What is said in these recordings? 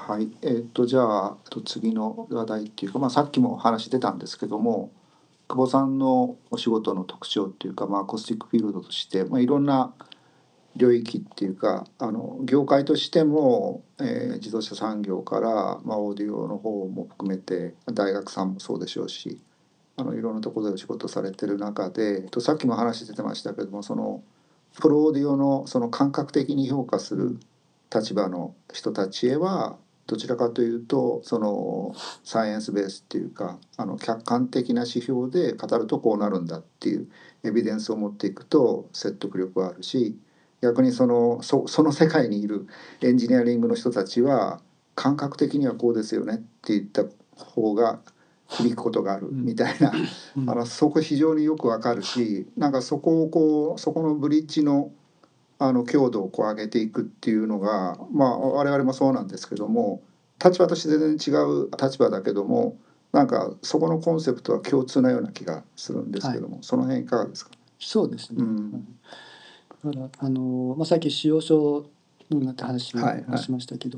はい、じゃあ、次の話題っていうか、さっきも話出たんですけども、久保さんのお仕事の特徴っていうか、アコースティックフィールドとして、いろんな領域っていうか、業界としても、自動車産業から、オーディオの方も含めて、大学さんもそうでしょうし、いろんなところでお仕事されてる中で、さっきも話出てましたけども、そのプロオーディオのその感覚的に評価する立場の人たちへは、どちらかというとそのサイエンスベースっていうか、客観的な指標で語るとこうなるんだっていうエビデンスを持っていくと説得力があるし、逆にその世界にいるエンジニアリングの人たちは感覚的にはこうですよねって言った方が響くことがあるみたいな、そこ非常によくわかるし、なんかそこをそこのブリッジの強度を上げていくっていうのが、我々もそうなんですけども、立場として全然違う立場だけども、なんかそこのコンセプトは共通なような気がするんですけども、その辺いかがですか？ そうですね。だからさっき使用書なんて話もしましたけど、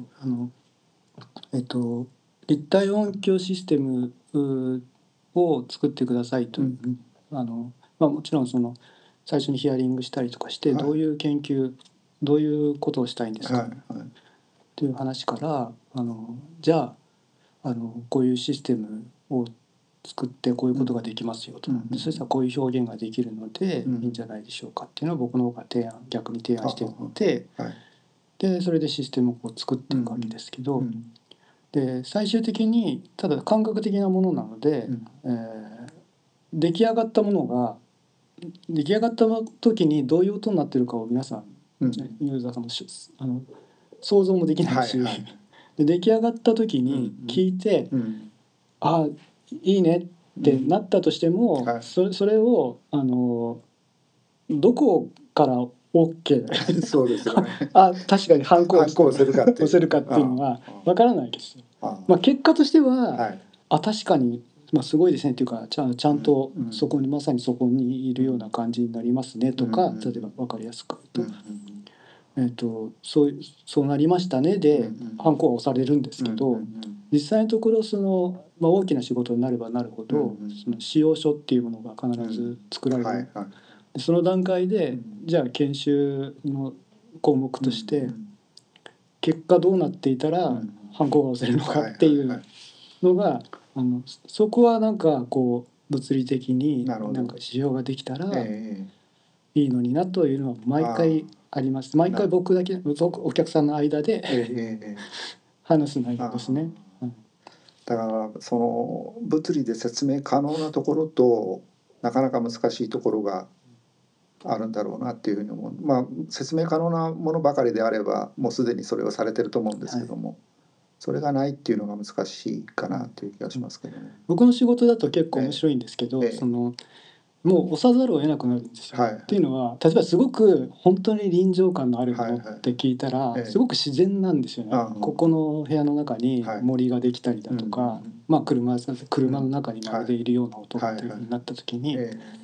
立体音響システムを作ってくださいと、もちろんその最初にヒアリングしたりとかして、どういう研究どういうことをしたいんですか、っていう話から、じゃあこういうシステムを作ってこういうことができますよと、そしたらこういう表現ができるのでいいんじゃないでしょうかっていうのを僕の方から逆に提案していって、でそれでシステムを作っていくわけですけど、で最終的にただ感覚的なものなので、出来上がったものが出来上がった時にどういう音になってるかを皆さん、ユーザーさんも想像もできないし、で出来上がった時に聞いて、ああいいねってなったとしても、それをどこから OK そうですよね確かにハンコを押せるかっていうのは分からないですよ。結果としては、確かに、すごいですねっていうかちゃんとそこに、まさにそこにいるような感じになりますねとか、例えば分かりやすく言うと、そうなりましたねでハンコは押されるんですけど、実際のところ大きな仕事になればなるほど、その使用書っていうものが必ず作られる。でその段階で、じゃあ研修の項目として、結果どうなっていたらハンコが押せるのかっていうのが、そこはなんかこう物理的になんか指標ができたらいいのになというのは毎回あります。毎回僕お客さんの間で話す内容ですね。 だからその物理で説明可能なところとなかなか難しいところがあるんだろうなっていうふうに思う。説明可能なものばかりであればもうすでにそれをされてると思うんですけども、それがないっていうのが難しいかなという気がしますけどね。 僕の仕事だと結構面白いんですけど、もう押さざるを得なくなるんですよ。っていうのは、例えばすごく本当に臨場感のあるものって聞いたら、すごく自然なんですよね。ここの部屋の中に森ができたりだとか、車の中にまるでいるような音っていうふうになった時に、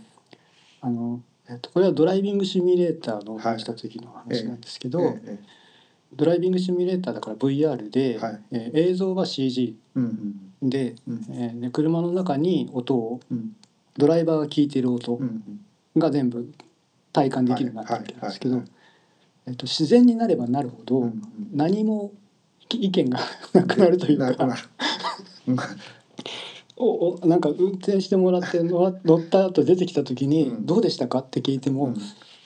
これはドライビングシミュレーターのした時の話なんですけど、ドライビングシミュレーターだから VR で、映像は CG で、車の中に音を、ドライバーが聞いている音が全部体感できるようになってるわけなんですけど、自然になればなるほど何も意見がなくなるというかなんか運転してもらって乗った後出てきた時に「どうでしたか?」って聞いても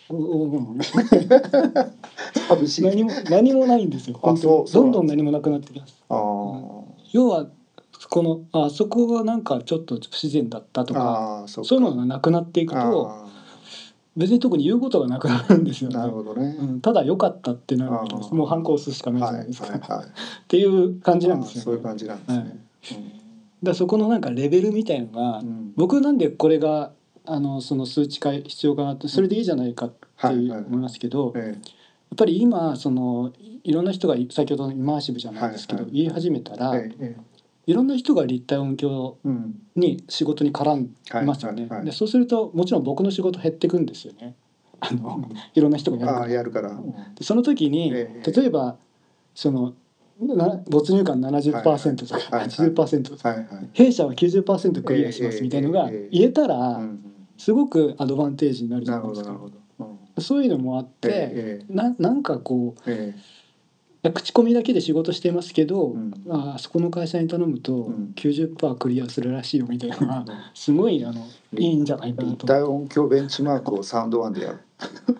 何もないんですよ。本当にどんどん何もなくなってきます。要はあそこがなんかちょっと不自然だったとか、そういうのがなくなっていくと別に特に言うことがなくなるんですよね。ただ良かったってなるわけです。もうハンコ押すしかないじゃないですかっていう感じなんですよね。 そういう感じなんですね。 だそこのなんかレベルみたいのが、僕なんでこれがその数値化必要かなって、それでいいじゃないかって思いますけど、やっぱり今いろんな人が先ほどのイマーシブじゃないですけど言い始めたら、いろんな人が立体音響に仕事に絡んでますよね。でそうするともちろん僕の仕事減ってくんですよね。いろんな人がやるから。でその時に例えば没入感 70% とか 80% とか、 はいはい、 弊社は 90% クリアしますみたいなのが言えたうらん、 すごくアドバンテージになるじゃなるほどないですか。 なるほど、うん、 そういうのもあってなんかこうえ口コミだけで仕事してますけど、 うんあそこの会社に頼むとうん 90% クリアするらしいよみたいなのがすごいいいんじゃないかなと。 立体音響ベンチマークをサウンドワンでやる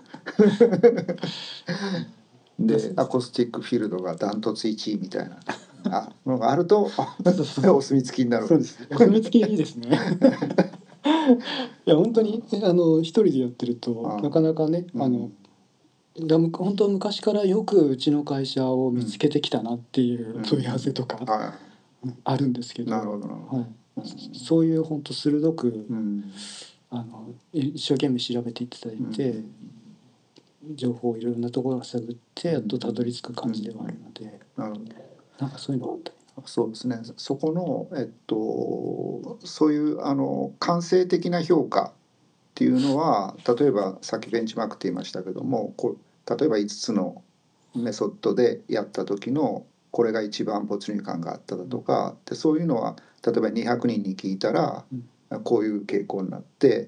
でアコースティックフィールドがダントツ1位みたいなのがあるとお墨付きになる。 そうです。お墨付きいいですね。いや本当に一人でやってるとなかなかね本当昔からよくうちの会社を見つけてきたなっていう問い合わせとかあるんですけど、 なるほどなるほど、 そういう本当鋭くうん一生懸命調べていただいて、情報をいろんなところを探ってやっとたどり着く感じではあるので、 なるほど、 なんかそういうのがあったり。 そうですね。そこのそういう感性的な評価っていうのは、例えばさっきベンチマークって言いましたけども、例えば5つのメソッドでやった時のこれが一番没入感があっただとかで、そういうのは例えば200人に聞いたらこういう傾向になって、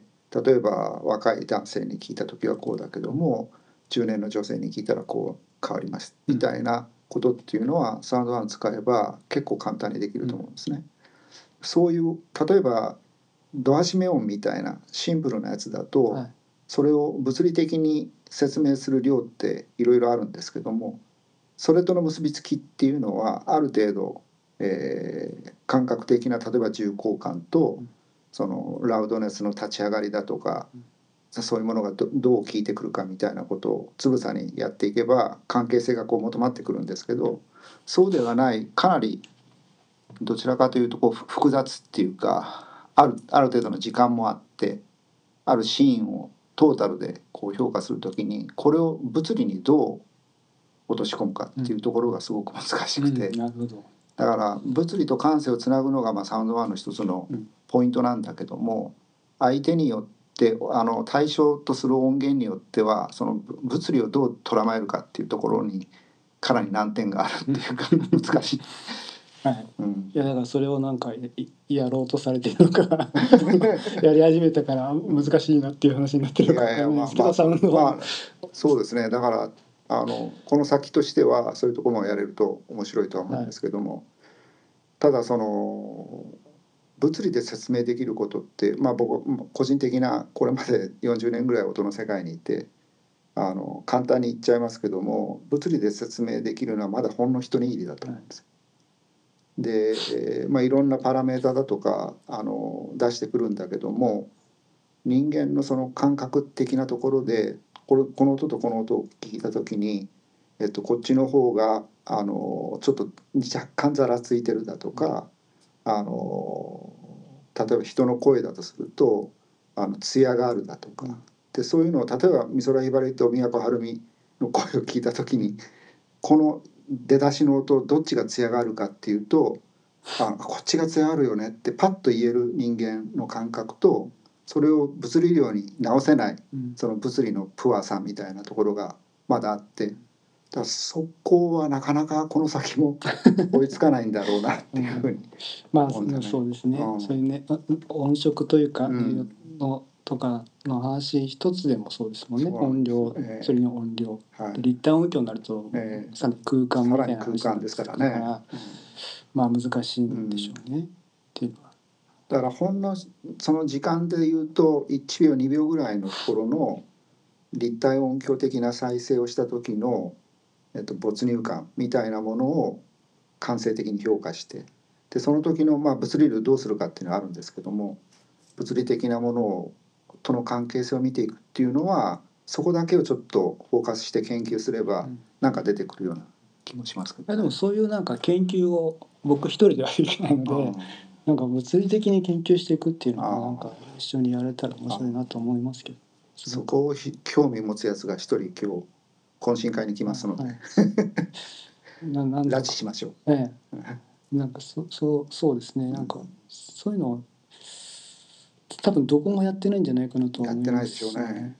例えば若い男性に聞いた時はこうだけども中年の女性に聞いたらこう変わりますみたいなことっていうのはサウンドワン使えば結構簡単にできると思うんですね。そういう例えばドア閉め音みたいなシンプルなやつだと、それを物理的に説明する量っていろいろあるんですけども、それとの結びつきっていうのはある程度、感覚的な例えば重厚感とそのラウドネスの立ち上がりだとか、そういうものがどう効いてくるかみたいなことをつぶさにやっていけば関係性がこう求まってくるんですけど、そうではないかなりどちらかというとこう複雑っていうかある程度の時間もあってあるシーンをトータルでこう評価するときにこれを物理にどう落とし込むかっていうところがすごく難しくて、 なるほど。 だから物理と感性をつなぐのがサウンドワンの一つのポイントなんだけども、相手によって対象とする音源によってはその物理をどう捉まえるかっていうところにかなり難点があるっていうか難しい。 はい、いやだからそれをなんかやろうとされてるのかやり始めたから難しいなっていう話になってるのか分かんないですけど、サウンドはそうですね。だからこの先としてはそういうところもやれると面白いとは思うんですけども、ただその物理で説明できることって、僕個人的なこれまで40年ぐらい音の世界にいて簡単に言っちゃいますけども、物理で説明できるのはまだほんの一握りだと思うんです。で、いろんなパラメータだとか出してくるんだけども、人間のその感覚的なところでこの音とこの音を聞いた時に、こっちの方がちょっと若干ざらついてるだとか、例えば人の声だとすると艶があるだとか、でそういうのを例えば美空ひばりと都はるみの声を聞いた時にこの出だしの音どっちが艶があるかっていうとこっちが艶あるよねってパッと言える人間の感覚と、それを物理量に直せないその物理のプアさみたいなところがまだあって、だからそこはなかなかこの先も追いつかないんだろうなっていうふうに思うんですね。 そうですね、そういうね音色というか、のとかの話一つでもそうですもんね。音量、それの音量、立体音響になるとさらに空間みたいな話になってくるから難しいんでしょうね、っていうのは。 だからほんのその時間でいうと1秒2秒ぐらいのところの立体音響的な再生をした時の、没入感みたいなものを感性的に評価して、でその時の物理量どうするかっていうのはあるんですけども、物理的なものをとの関係性を見ていくっていうのはそこだけをちょっとフォーカスして研究すればなんか出てくるような気もしますけど、 でもそういうなんか研究を僕一人ではできないので、なんか物理的に研究していくっていうのはなんか一緒にやれたら面白いなと思いますけど、 そこを興味持つやつが一人今日懇親会に来ますので、拉致しましょう。 なんかそうですね、なんかそういうの多分どこもやってないんじゃないかなと思います。 やってないでしょうね。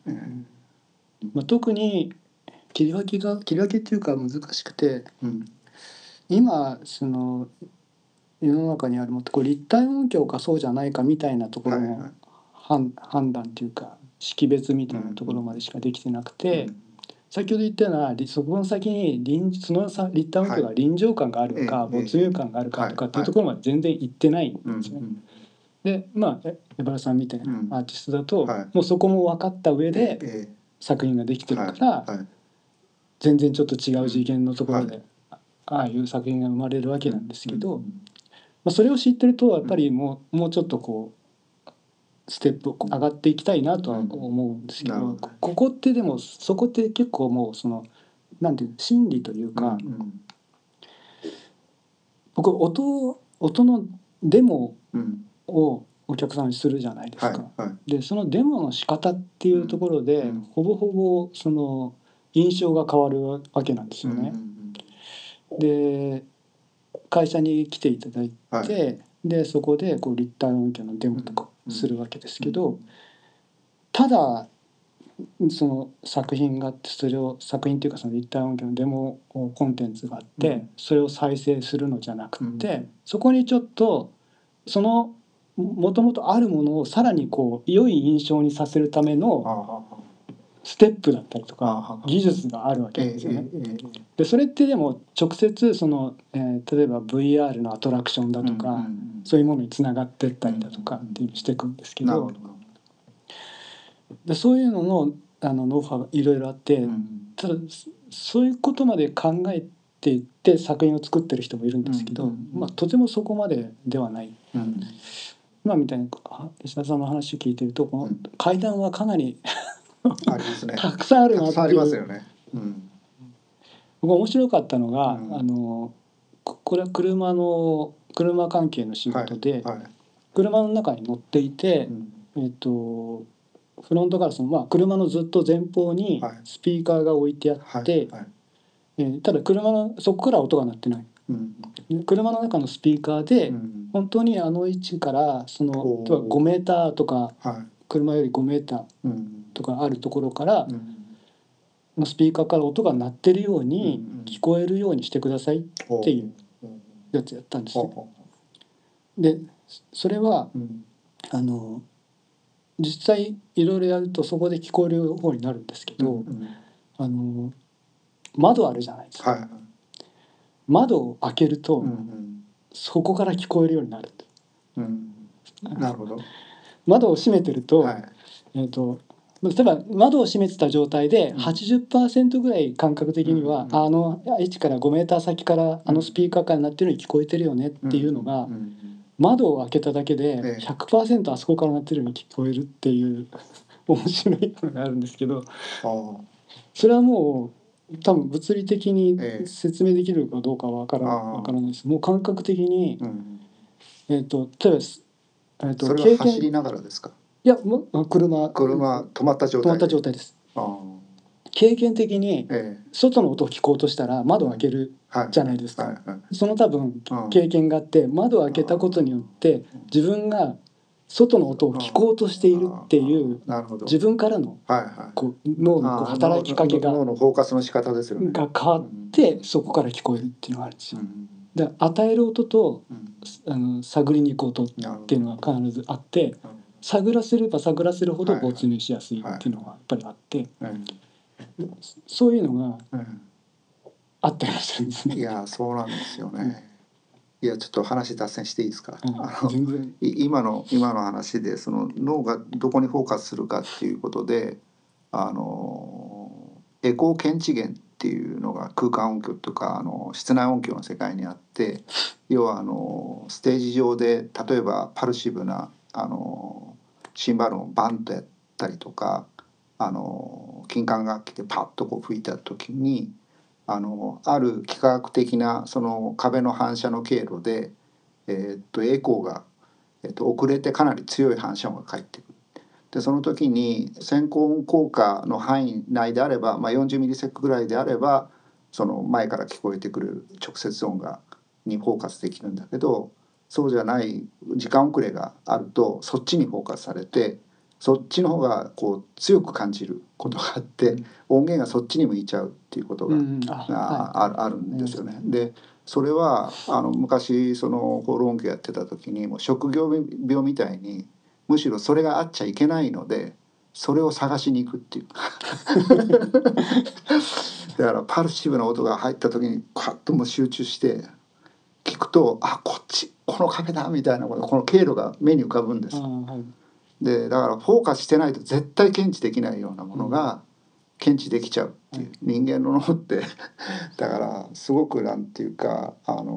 特に切り分けっていうか難しくて、 今その世の中にあるもっとこう立体音響かそうじゃないかみたいなところのはいはい。 判断というか識別みたいなところまでしかできてなくて、先ほど言ったようなそこの先にその立体音響が臨場感があるのか没入感があるかとかっていうところまで全然行ってないんですね。でまあ江原さんみたいなアーティストだともうそこも分かった上で作品ができてるから全然ちょっと違う次元のところでああいう作品が生まれるわけなんですけど、まあ、それを知ってるとやっぱりもうちょっとこうステップ上がっていきたいなとは思うんですけど、ここってでもそこって結構もうそのなんていう心理というか、僕音のデモをお客さんにするじゃないですか。でそのデモの仕方っていうところでほぼほぼその印象が変わるわけなんですよね。で会社に来ていただいて、でそこでこう立体音響のデモとかするわけですけど、ただその作品があってそれを作品っていうかその立体音響のデモコンテンツがあってそれを再生するのじゃなくて、そこにちょっとそのもともとあるものをさらにこう良い印象にさせるためのステップだったりとか技術があるわけですよね。でそれってでも直接その、例えば VR のアトラクションだとか、そういうものにつながってったりだとかっていうしていくんですけど、でそういうののノウハウがいろいろあって、ただそういうことまで考えていって作品を作ってる人もいるんですけど、まあ、とてもそこまでではない。今みたいに石田さんの話を聞いてるとこの階段はかなりたくさんあるなっていう。僕面白かったのが、これは車関係の仕事で、車の中に乗っていて、フロントガラスの、まあ、車のずっと前方にスピーカーが置いてあって、ただ車のそこから音が鳴ってない、車の中のスピーカーで、本当にあの位置からその例えば5メーターとか、車より5メーターとかあるところから、スピーカーから音が鳴ってるように聞こえるようにしてくださいっていうやつやったんですね。でそれは、実際いろいろやるとそこで聞こえる方になるんですけど、窓あるじゃないですか。窓を開けると、そこから聞こえるようになる。 なるほど。 窓を閉めてると、例えば窓を閉めてた状態で 80% ぐらい感覚的には、あの位置から5メーター先からあのスピーカーから鳴ってるように聞こえてるよねっていうのが、窓を開けただけで 100% あそこから鳴ってるように聞こえるっていう面白いのがあるんですけど、それはもう多分物理的に説明できるかどうかは分からないです。もう感覚的に、例えばそれは走りながらですか？ いやもう車止まった状態です。経験的に外の音を聞こうとしたら窓を開けるじゃないですか。その多分経験があって、窓を開けたことによって自分が外の音を聞こうとしているっていう自分からのこう脳のこう働きかけが脳のフォーカスの仕方ですよね。 が変わってそこから聞こえるっていうのがあるんですよ。で与える音と探りに行く音っていうのが必ずあって、探らせれば探らせるほど没入しやすいっていうのがやっぱりあって、そういうのがあったりするんですね。 いやそうなんですよね。いやちょっと話脱線していいですか？ 全然今の話でその脳がどこにフォーカスするかっていうことで、エコー検知源っていうのが空間音響とか室内音響の世界にあって、要はステージ上で例えばパルシブなシンバルをバンとやったりとか、金管楽器でパッとこう吹いた時にある幾何学的なその壁の反射の経路で、エコーが、遅れてかなり強い反射音が返ってくる。でその時に先行音効果の範囲内であれば、40ミリセックぐらいであればその前から聞こえてくる直接音にフォーカスできるんだけど、そうじゃない時間遅れがあるとそっちにフォーカスされて、そっちの方がこう強く感じることがあって、音源がそっちに向いちゃうっていうことがあるんですよね。でそれは昔そのホール音響やってた時にもう職業病みたいにむしろそれがあっちゃいけないのでそれを探しに行くっていうだからパルシブな音が入った時にカッともう集中して聞くとあこっちこの壁だみたいなこの経路が目に浮かぶんです。 はい、 でだからフォーカスしてないと絶対検知できないようなものが検知できちゃうっていう、人間の脳ってだからすごくなんていうか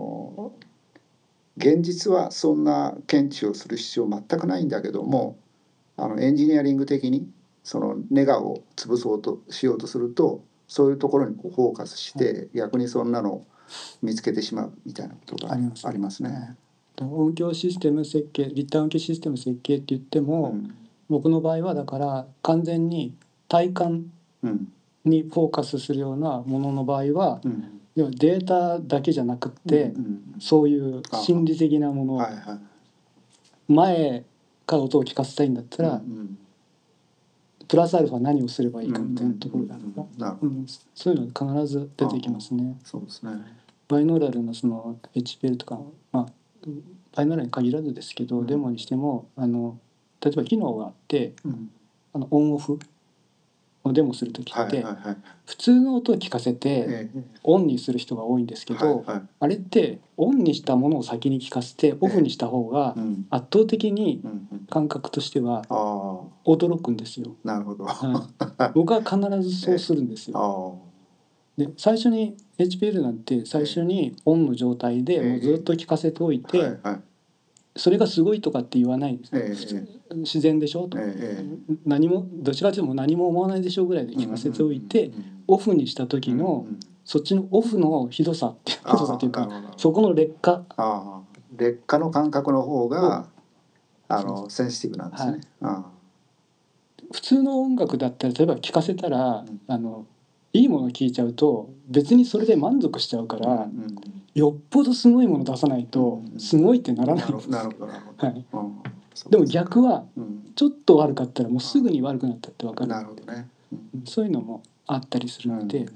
現実はそんな検知をする必要全くないんだけどもエンジニアリング的にそのネガを潰そうとしようとするとそういうところにこうフォーカスして逆にそんなのを見つけてしまうみたいなことがありますね。 音響システム設計、立体音響システム設計って言っても、僕の場合はだから完全に体感にフォーカスするようなものの場合は、要はデータだけじゃなくって、そういう心理的なもの、前から音を聞かせたいんだったら、プラスアルファ何をすればいいかみたいなところがある、そういうのが必ず出てきますね。 そうですね。 バイノーラルのその HPL とか、バイノーラルに限らずですけど、デモにしても例えば機能があって、オンオフをデモする時って、普通の音を聞かせてオンにする人が多いんですけど、あれってオンにしたものを先に聞かせてオフにした方が圧倒的に感覚としては驚くんですよ。 なるほど。 僕は必ずそうするんですよ。で最初に HPL なんて最初にオンの状態でもうずっと聞かせておいて、それがすごいとかって言わないんです、自然でしょと、何もどちらかというと何も思わないでしょうぐらいで聞かせておいて、オフにした時のそっちのオフのひどさっていうかそこの劣化の感覚の方がセンシティブなんですね。 普通の音楽だったら例えば聞かせたらいいものを聞いちゃうと別にそれで満足しちゃうから、よっぽどすごいもの出さないとすごいってならないんです。でも逆はちょっと悪かったらもうすぐに悪くなったって分かる。 なるほどね。 そういうのもあったりするので、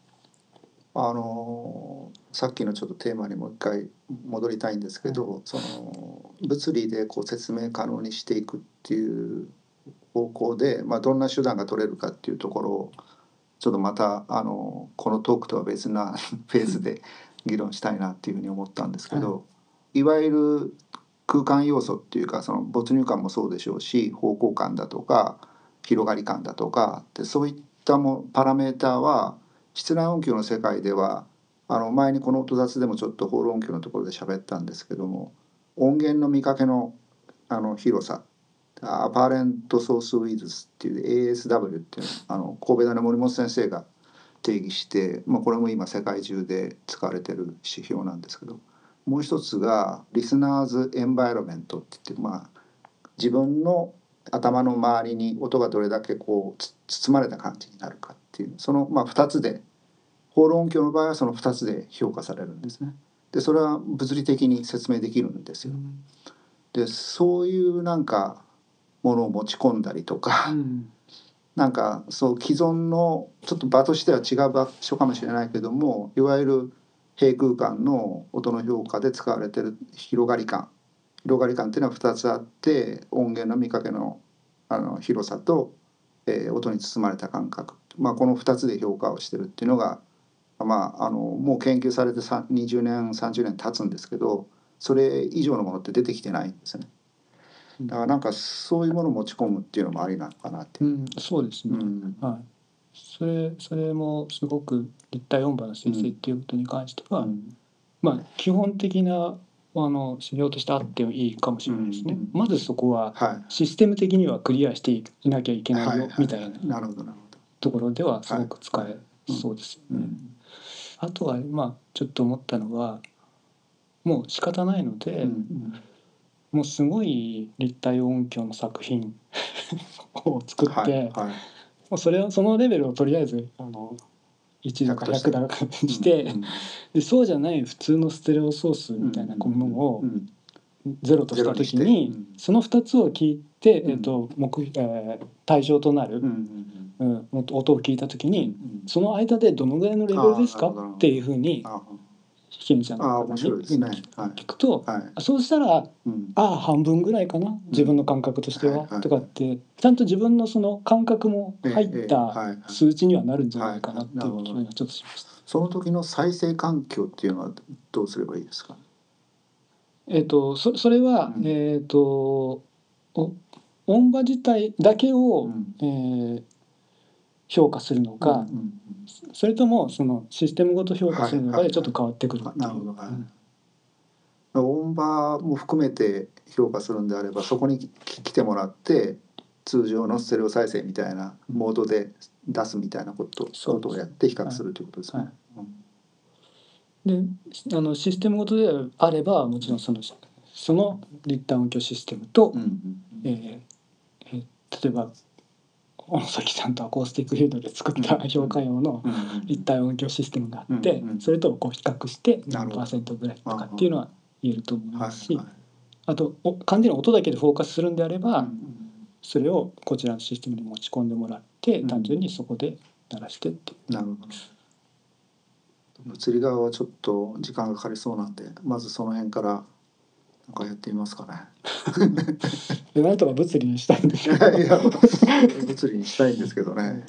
さっきのちょっとテーマにもう一回戻りたいんですけど、その物理でこう説明可能にしていくっていう方向で、どんな手段が取れるかっていうところをちょっとまたこのトークとは別なフェーズで議論したいなっていうふうに思ったんですけど、いわゆる空間要素っていうかその没入感もそうでしょうし方向感だとか広がり感だとかでそういったパラメーターは室内音響の世界では前にこの音雑でもちょっとホール音響のところで喋ったんですけども音源の見かけの広さアパレントソースウィズスっていう ASW っていう神戸大の森本先生が定義して、これも今世界中で使われてる指標なんですけど、もう一つがリスナーズエンバイロメントって言って、自分の頭の周りに音がどれだけこう包まれた感じになるかっていうその2つでホール音響の場合はその2つで評価されるんですね。でそれは物理的に説明できるんですよ。でそういうなんかものを持ち込んだりとか、なんかそう既存のちょっと場としては違う場所かもしれないけどもいわゆる平空間の音の評価で使われてる広がり感っていうのは2つあって音源の見かけの広さと、音に包まれた感覚、この2つで評価をしてるっていうのが、もう研究されて20年30年経つんですけどそれ以上のものって出てきてないんですね。だからなんかそういうものを持ち込むっていうのもありなのかなって。 そうですね。それもすごく立体音波の生成っていうことに関しては、基本的な指標としてあってもいいかもしれないですね。まずそこはシステム的にはクリアしていなきゃいけないよみたいなところではすごく使えそうですよね。あとはちょっと思ったのはもう仕方ないので、もうすごい立体音響の作品を作って、もうそのレベルをとりあえず1だか100だかにして、でそうじゃない普通のステレオソースみたいなものをゼロとした時に、その2つを聞いて、対象となる、音を聞いた時に、その間でどのぐらいのレベルですかっていうふうに被験者のああ、 方に面白いですね。はい。 聞くと、 はい。 そうしたらうん。 ああ半分ぐらいかな自分の感覚としては、 はいはいとかってちゃんと自分のその感覚も入ったはいはい。 数値にはなるんじゃないかなっていう気がちょっとしました。 その時の再生環境っていうのはどうすればいいですか。 それは、 うん音場自体だけうを、 ん評価するのうんか、それともそのシステムごと評価するのかでちょっと変わってくるっていう。 なるほど。はい。音場も含めて評価するんであれば、そこに来てもらって通常のステレオ再生みたいなモードで出すみたいなことをやって比較するということですね。 でシステムごとであればもちろんその立体音響システムと、例えば小野崎さんとアコースティックフィールドで作った評価用の立体音響システムがあって、それとこう比較して何%ぐらいとかっていうのは言えると思いますし、あと完全に音だけでフォーカスするんであれば、それをこちらのシステムに持ち込んでもらって単純にそこで鳴らしてっていう。 なるほど。物理側はちょっと時間がかかりそうなんで、まずその辺からなんかやってみますかね。 なんとか物理にしたいんですけど。 いや物理にしたいんですけどね。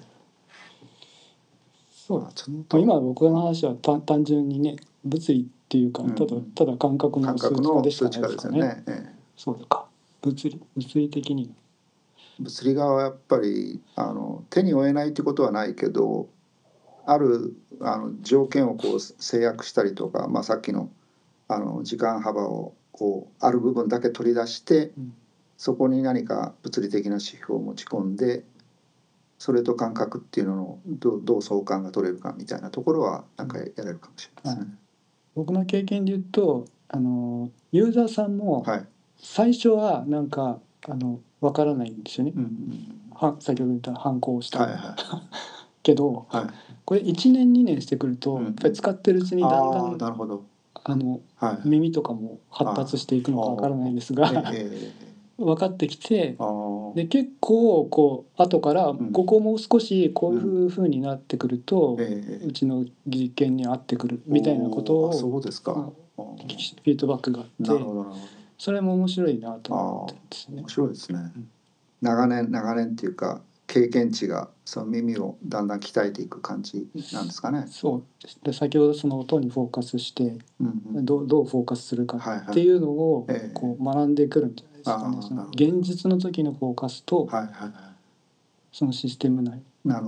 そうちょっと今僕の話は単純にね物理っていうかただ感覚の数値化でしかないですからね。そうか物理的に。 物理側はやっぱり手に負えないってことはないけど、ある条件をこう制約したりとか、さっきの時間幅をこうある部分だけ取り出して、そこに何か物理的な指標を持ち込んで、それと感覚っていうののどう相関が取れるかみたいなところはなんかやれるかもしれないですね。僕の経験で言うとユーザーさんも最初はなんかわからないんですよね。先ほど言った反抗したけど、これ1年2年してくるとやっぱり使ってるうちにだんだん耳とかも発達していくのかわからないですが分かってきて、で結構こう後からここもう少しこういうふうになってくると、うちの実験に合ってくるみたいなことをフィードバックがあって、それも面白いなと思ってですね。 面白いですね。長年っていうか経験値がその耳をだんだん鍛えていく感じなんですかね。 そうで先ほどその音にフォーカスして、どうフォーカスするかっていうのをこう学んでくるんじゃないですかね。その現実の時のフォーカスと、そのシステム内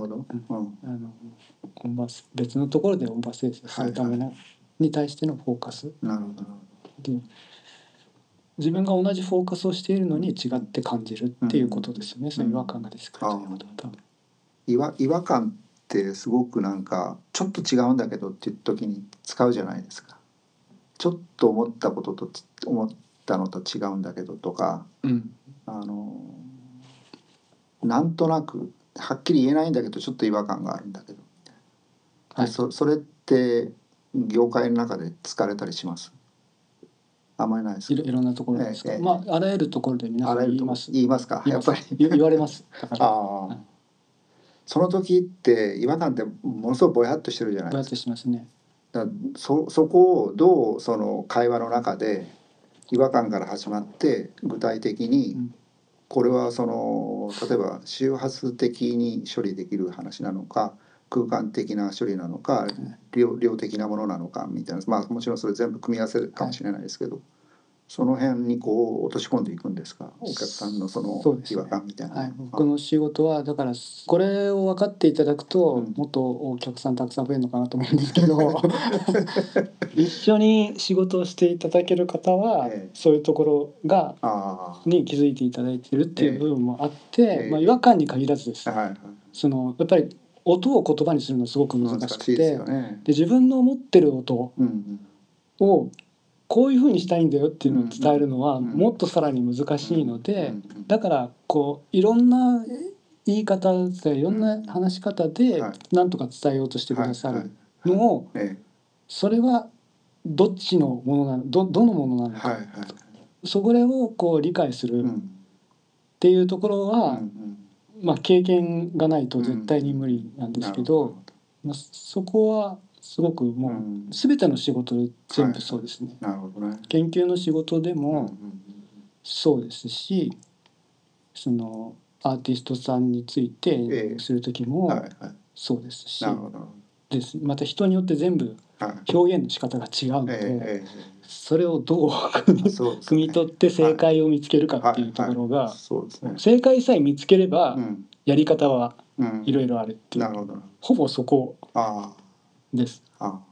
別のところで音場生成するためのに対してのフォーカス。で自分が同じフォーカスをしているのに違って感じるっていうことですよね。そういう違和感が出てくるということは違和感ってすごくなんかちょっと違うんだけどっていう時に使うじゃないですか。ちょっと思ったことと思ったのと違うんだけどとか、なんとなくはっきり言えないんだけどちょっと違和感があるんだけど、それって業界の中で使われたりします？あんまりないですか？ いろんなところですか。あらゆるところで皆さん言います。 言いますか？やっぱり言われます。だからその時って違和感ってものすごくぼやっとしてるじゃないですか。 ぼやっとしてますね。 そこをどうその会話の中で違和感から始まって具体的にこれはその例えば周波数的に処理できる話なのか空間的な処理なのか量的なものなのかみたいな、もちろんそれ全部組み合わせるかもしれないですけど、その辺にこう落とし込んでいくんですか、お客さんのその違和感みたいな。 僕の仕事はだからこれを分かっていただくと、もっとお客さんたくさん増えるのかなと思うんですけど一緒に仕事をしていただける方は、そういうところに気づいていただいてるっていう部分もあって、違和感に限らずです。そのやっぱり音を言葉にするのはすごく難しくて、で自分の持ってる音をこういうふうにしたいんだよっていうのを伝えるのはもっとさらに難しいので、だからこういろんな言い方でいろんな話し方でなんとか伝えようとしてくださるのを、それはどっちのものなのどのものなのか、それをこう理解するっていうところは、経験がないと絶対に無理なんですけど、そこはすごくもう全ての仕事全部そうですね。 なるほどね。 研究の仕事でうんもそうですし、そのアーティストさんについてする時はいもはい。 そうですし、 なるほど。 ですまた人によって全部はい。 表現の仕方が違うので、 えそれをどうそうですね。 汲み取って正解を見つけるかっていうところが、 そうですね。 正解さえ見つければうんやり方はうん。 いろいろあるっていう、 なるほど。 ほぼそこあです。 あ。あ